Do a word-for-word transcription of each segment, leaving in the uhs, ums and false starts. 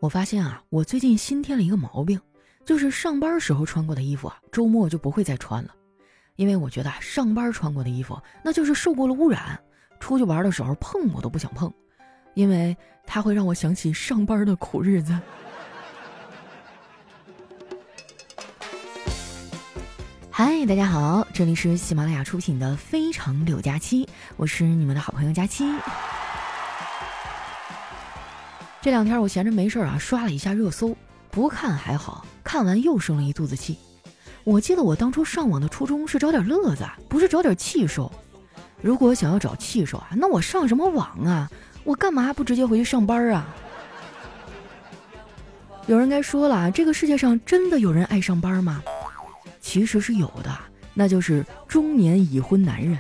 我发现啊，我最近新添了一个毛病，就是上班时候穿过的衣服啊，周末就不会再穿了。因为我觉得啊，上班穿过的衣服那就是受过了污染，出去玩的时候碰我都不想碰，因为它会让我想起上班的苦日子。嗨，大家好，这里是喜马拉雅出品的《非常柳佳期》，我是你们的好朋友佳期。这两天我闲着没事啊，刷了一下热搜，不看还好，看完又生了一肚子气。我记得我当初上网的初衷是找点乐子，不是找点气受。如果想要找气受啊，那我上什么网啊？我干嘛不直接回去上班啊？有人该说了，这个世界上真的有人爱上班吗？其实是有的，那就是中年已婚男人。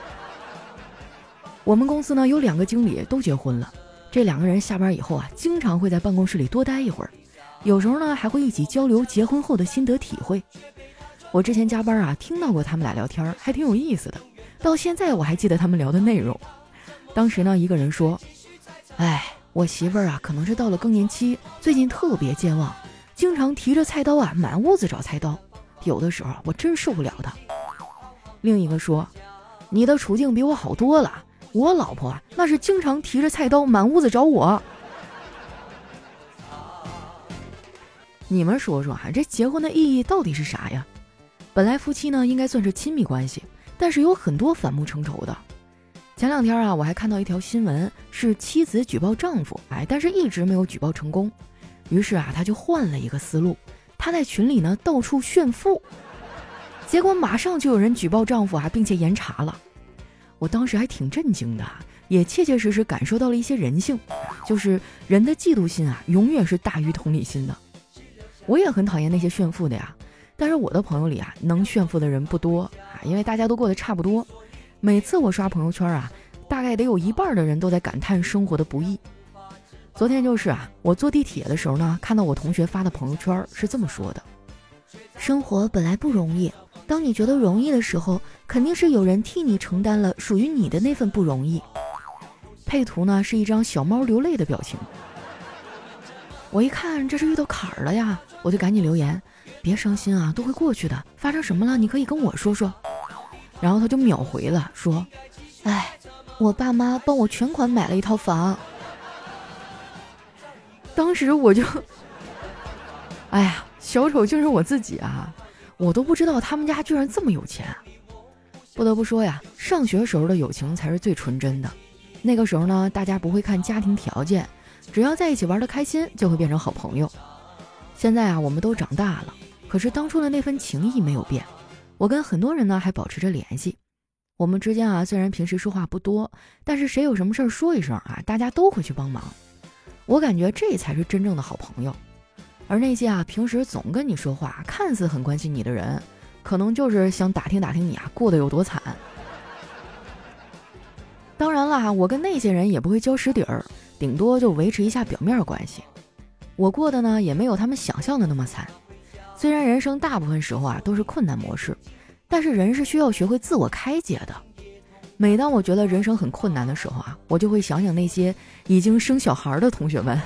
我们公司呢有两个经理都结婚了，这两个人下班以后啊，经常会在办公室里多待一会儿，有时候呢还会一起交流结婚后的心得体会。我之前加班啊，听到过他们俩聊天，还挺有意思的，到现在我还记得他们聊的内容。当时呢，一个人说：哎，我媳妇儿啊可能是到了更年期，最近特别健忘，经常提着菜刀啊满屋子找菜刀，有的时候我真受不了她。另一个说：你的处境比我好多了，我老婆啊那是经常提着菜刀满屋子找我。你们说说啊，这结婚的意义到底是啥呀？本来夫妻呢应该算是亲密关系，但是有很多反目成仇的。前两天啊，我还看到一条新闻，是妻子举报丈夫，哎，但是一直没有举报成功。于是啊，他就换了一个思路，他在群里呢到处炫富，结果马上就有人举报丈夫啊，并且严查了。我当时还挺震惊的，也切切实实感受到了一些人性，就是人的嫉妒心啊，永远是大于同理心的。我也很讨厌那些炫富的呀，但是我的朋友里啊，能炫富的人不多啊，因为大家都过得差不多。每次我刷朋友圈啊，大概得有一半的人都在感叹生活的不易。昨天就是啊，我坐地铁的时候呢，看到我同学发的朋友圈是这么说的：生活本来不容易，当你觉得容易的时候，肯定是有人替你承担了属于你的那份不容易。配图呢是一张小猫流泪的表情。我一看这是遇到坎儿了呀，我就赶紧留言：别伤心啊，都会过去的，发生什么了你可以跟我说说。然后他就秒回了，说：哎，我爸妈帮我全款买了一套房。当时我就哎呀，小丑竟是我自己啊，我都不知道他们家居然这么有钱。不得不说呀，上学时候的友情才是最纯真的。那个时候呢，大家不会看家庭条件，只要在一起玩得开心，就会变成好朋友。现在啊，我们都长大了，可是当初的那份情谊没有变。我跟很多人呢还保持着联系。我们之间啊，虽然平时说话不多，但是谁有什么事儿说一声啊，大家都会去帮忙。我感觉这才是真正的好朋友。而那些啊平时总跟你说话，看似很关心你的人，可能就是想打听打听你啊过得有多惨。当然啦，我跟那些人也不会交实底儿，顶多就维持一下表面关系。我过的呢也没有他们想象的那么惨。虽然人生大部分时候啊都是困难模式，但是人是需要学会自我开解的。每当我觉得人生很困难的时候啊，我就会想想那些已经生小孩的同学们。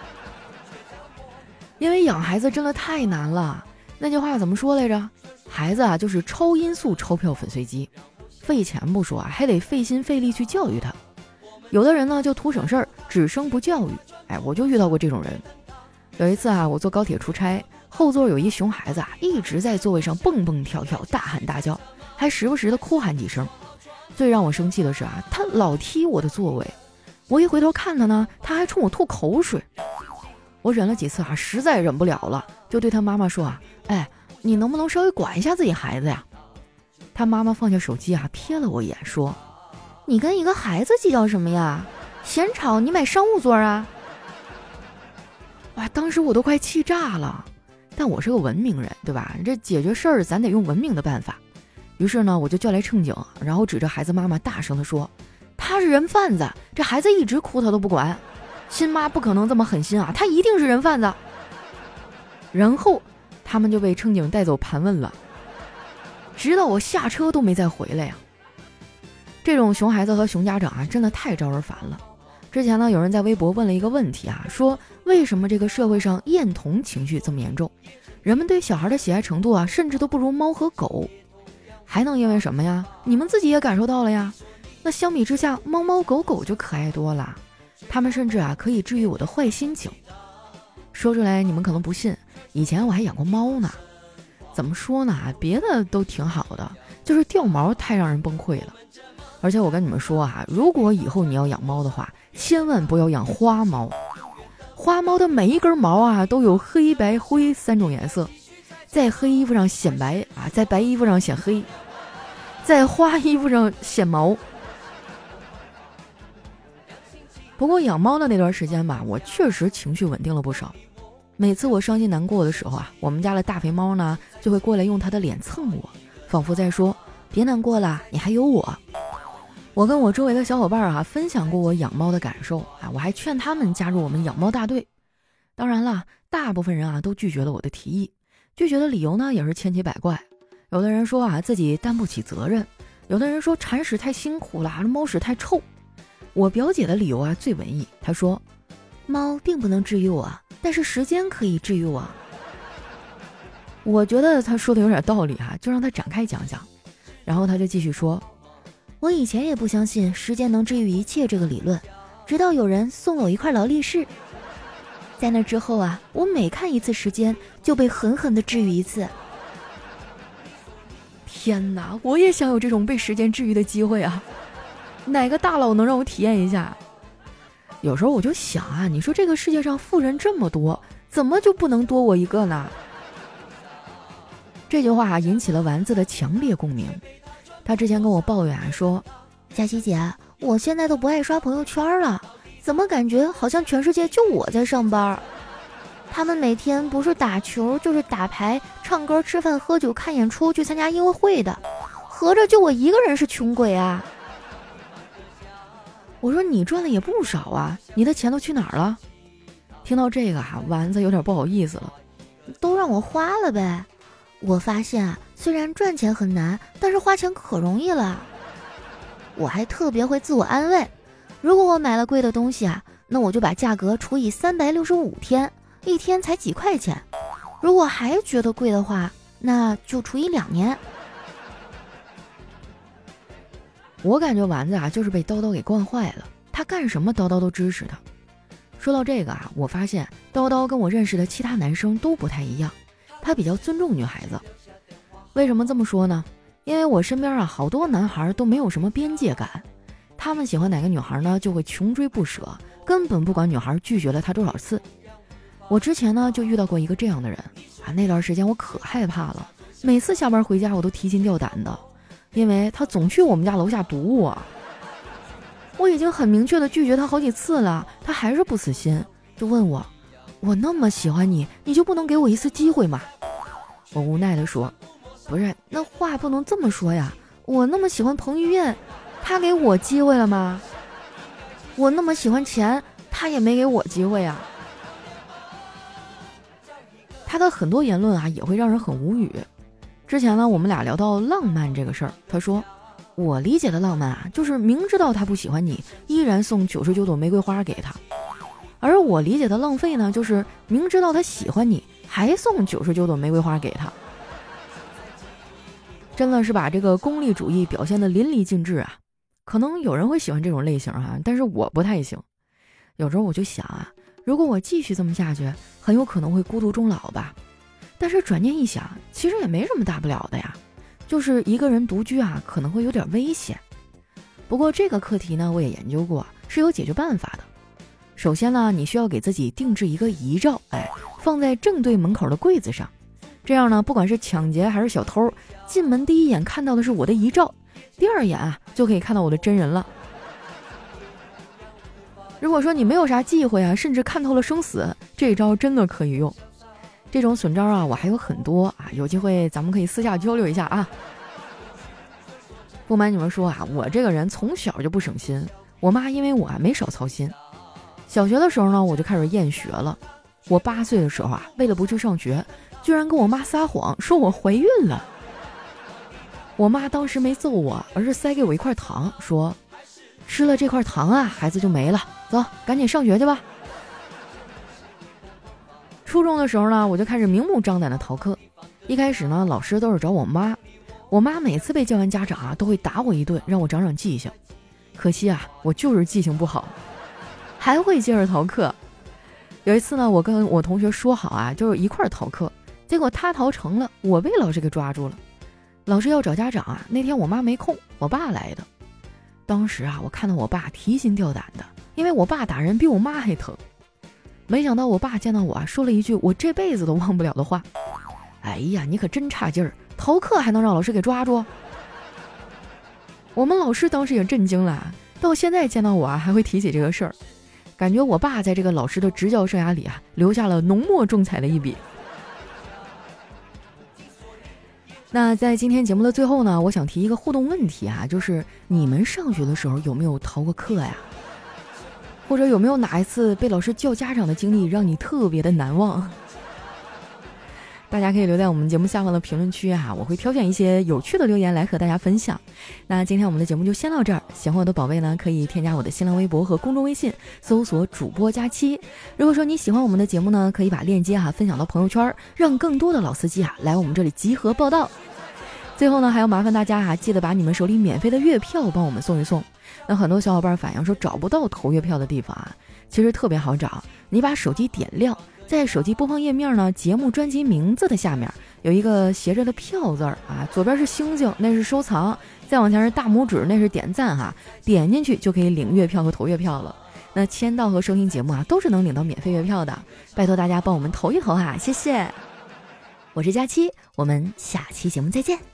因为养孩子真的太难了。那句话怎么说来着？孩子啊就是超音速钞票粉碎机，费钱不说啊，还得费心费力去教育他。有的人呢就图省事儿，只生不教育。哎，我就遇到过这种人。有一次啊，我坐高铁出差，后座有一熊孩子啊，一直在座位上蹦蹦跳跳，大喊大叫，还时不时的哭喊几声。最让我生气的是啊，他老踢我的座位。我一回头看他呢，他还冲我吐口水。我忍了几次啊，实在忍不了了，就对他妈妈说啊：哎，你能不能稍微管一下自己孩子呀？他妈妈放下手机啊，瞥了我一眼说：你跟一个孩子计较什么呀？嫌吵你买商务座啊。哇，当时我都快气炸了。但我是个文明人，对吧？这解决事儿咱得用文明的办法。于是呢，我就叫来乘警，然后指着孩子妈妈大声地说：他是人贩子，这孩子一直哭他都不管，亲妈不可能这么狠心啊，他一定是人贩子。然后他们就被乘警带走盘问了，直到我下车都没再回来呀。这种熊孩子和熊家长啊，真的太招人烦了。之前呢，有人在微博问了一个问题啊，说为什么这个社会上厌童情绪这么严重？人们对小孩的喜爱程度啊，甚至都不如猫和狗。还能因为什么呀？你们自己也感受到了呀。那相比之下，猫猫狗狗就可爱多了，它们甚至啊可以治愈我的坏心情。说出来你们可能不信，以前我还养过猫呢。怎么说呢？别的都挺好的，就是掉毛太让人崩溃了。而且我跟你们说啊，如果以后你要养猫的话，千万不要养花猫。花猫的每一根毛啊，都有黑白灰三种颜色，在黑衣服上显白啊，在白衣服上显黑，在花衣服上显毛。不过养猫的那段时间吧，我确实情绪稳定了不少。每次我伤心难过的时候啊，我们家的大肥猫呢就会过来用它的脸蹭我，仿佛在说别难过了，你还有我。我跟我周围的小伙伴啊分享过我养猫的感受啊，我还劝他们加入我们养猫大队。当然了，大部分人啊都拒绝了我的提议，拒绝的理由呢也是千奇百怪。有的人说啊自己担不起责任，有的人说铲屎太辛苦了，猫屎太臭。我表姐的理由啊最文艺，她说猫并不能治愈我，但是时间可以治愈我。我觉得她说的有点道理哈、啊，就让她展开讲讲。然后她就继续说，我以前也不相信时间能治愈一切这个理论，直到有人送了我一块劳力士。在那之后啊，我每看一次时间就被狠狠地治愈一次。天哪，我也想有这种被时间治愈的机会啊！哪个大佬能让我体验一下？有时候我就想啊，你说这个世界上富人这么多，怎么就不能多我一个呢？这句话啊引起了丸子的强烈共鸣。他之前跟我抱怨啊说，佳琪姐，我现在都不爱刷朋友圈了，怎么感觉好像全世界就我在上班？他们每天不是打球就是打牌、唱歌、吃饭、喝酒、看演出、去参加音乐会的，合着就我一个人是穷鬼啊！我说你赚的也不少啊，你的钱都去哪儿了？听到这个啊，丸子有点不好意思了，都让我花了呗。我发现啊，虽然赚钱很难，但是花钱可容易了。我还特别会自我安慰，如果我买了贵的东西啊，那我就把价格除以三百六十五天，一天才几块钱。如果还觉得贵的话，那就除以两年。我感觉丸子啊，就是被叨叨给惯坏了，他干什么叨叨都支持他。说到这个啊，我发现叨叨跟我认识的其他男生都不太一样，他比较尊重女孩子。为什么这么说呢？因为我身边啊好多男孩都没有什么边界感，他们喜欢哪个女孩呢，就会穷追不舍，根本不管女孩拒绝了他多少次。我之前呢就遇到过一个这样的人啊，那段时间我可害怕了，每次下班回家我都提心吊胆的，因为他总去我们家楼下堵我。我已经很明确的拒绝他好几次了，他还是不死心，就问我，我那么喜欢你，你就不能给我一次机会吗？我无奈的说，不是，那话不能这么说呀，我那么喜欢彭于晏，他给我机会了吗？我那么喜欢钱，他也没给我机会啊。他的很多言论啊也会让人很无语。之前呢我们俩聊到浪漫这个事儿，他说我理解的浪漫啊就是明知道他不喜欢你，依然送九十九朵玫瑰花给他，而我理解的浪费呢就是明知道他喜欢你，还送九十九朵玫瑰花给他。真的是把这个功利主义表现得淋漓尽致啊！可能有人会喜欢这种类型啊，但是我不太行。有时候我就想啊，如果我继续这么下去，很有可能会孤独终老吧。但是转念一想，其实也没什么大不了的呀，就是一个人独居啊，可能会有点危险。不过这个课题呢，我也研究过，是有解决办法的。首先呢，你需要给自己定制一个遗照，哎，放在正对门口的柜子上。这样呢，不管是抢劫还是小偷，进门第一眼看到的是我的遗照，第二眼啊就可以看到我的真人了。如果说你没有啥忌讳啊，甚至看透了生死，这招真的可以用。这种损招啊，我还有很多啊，有机会咱们可以私下交流一下啊。不瞒你们说啊，我这个人从小就不省心，我妈因为我啊没少操心。小学的时候呢，我就开始厌学了。我八岁的时候啊，为了不去上学，居然跟我妈撒谎说我怀孕了。我妈当时没揍我，而是塞给我一块糖，说吃了这块糖啊，孩子就没了，走，赶紧上学去吧。 初中的时候呢，我就开始明目张胆的逃课。一开始呢，老师都是找我妈，我妈每次被叫完家长啊，都会打我一顿，让我长长记性。可惜啊，我就是记性不好，还会接着逃课。有一次呢，我跟我同学说好啊，就是一块儿逃课，结果他逃成了，我被老师给抓住了。老师要找家长啊，那天我妈没空，我爸来的。当时啊，我看到我爸提心吊胆的，因为我爸打人比我妈还疼。没想到我爸见到我啊，说了一句我这辈子都忘不了的话：哎呀，你可真差劲儿，逃课还能让老师给抓住。我们老师当时也震惊了，到现在见到我啊，还会提起这个事儿，感觉我爸在这个老师的执教生涯里啊，留下了浓墨重彩的一笔。那在今天节目的最后呢，我想提一个互动问题啊，就是你们上学的时候有没有逃过课呀？或者有没有哪一次被老师叫家长的经历让你特别的难忘？大家可以留在我们节目下方的评论区啊，我会挑选一些有趣的留言来和大家分享。那今天我们的节目就先到这儿，喜欢我的宝贝呢，可以添加我的新浪微博和公众微信，搜索主播佳期。如果说你喜欢我们的节目呢，可以把链接哈、啊、分享到朋友圈，让更多的老司机啊来我们这里集合报道。最后呢，还要麻烦大家啊，记得把你们手里免费的月票帮我们送一送。那很多小伙伴反映说找不到投月票的地方啊，其实特别好找，你把手机点亮，在手机播放页面呢，节目专辑名字的下面有一个斜着的票字儿啊，左边是星星，那是收藏，再往前是大拇指，那是点赞哈、啊，点进去就可以领月票和投月票了。那签到和收听节目啊，都是能领到免费月票的，拜托大家帮我们投一投哈、啊，谢谢。我是佳期，我们下期节目再见。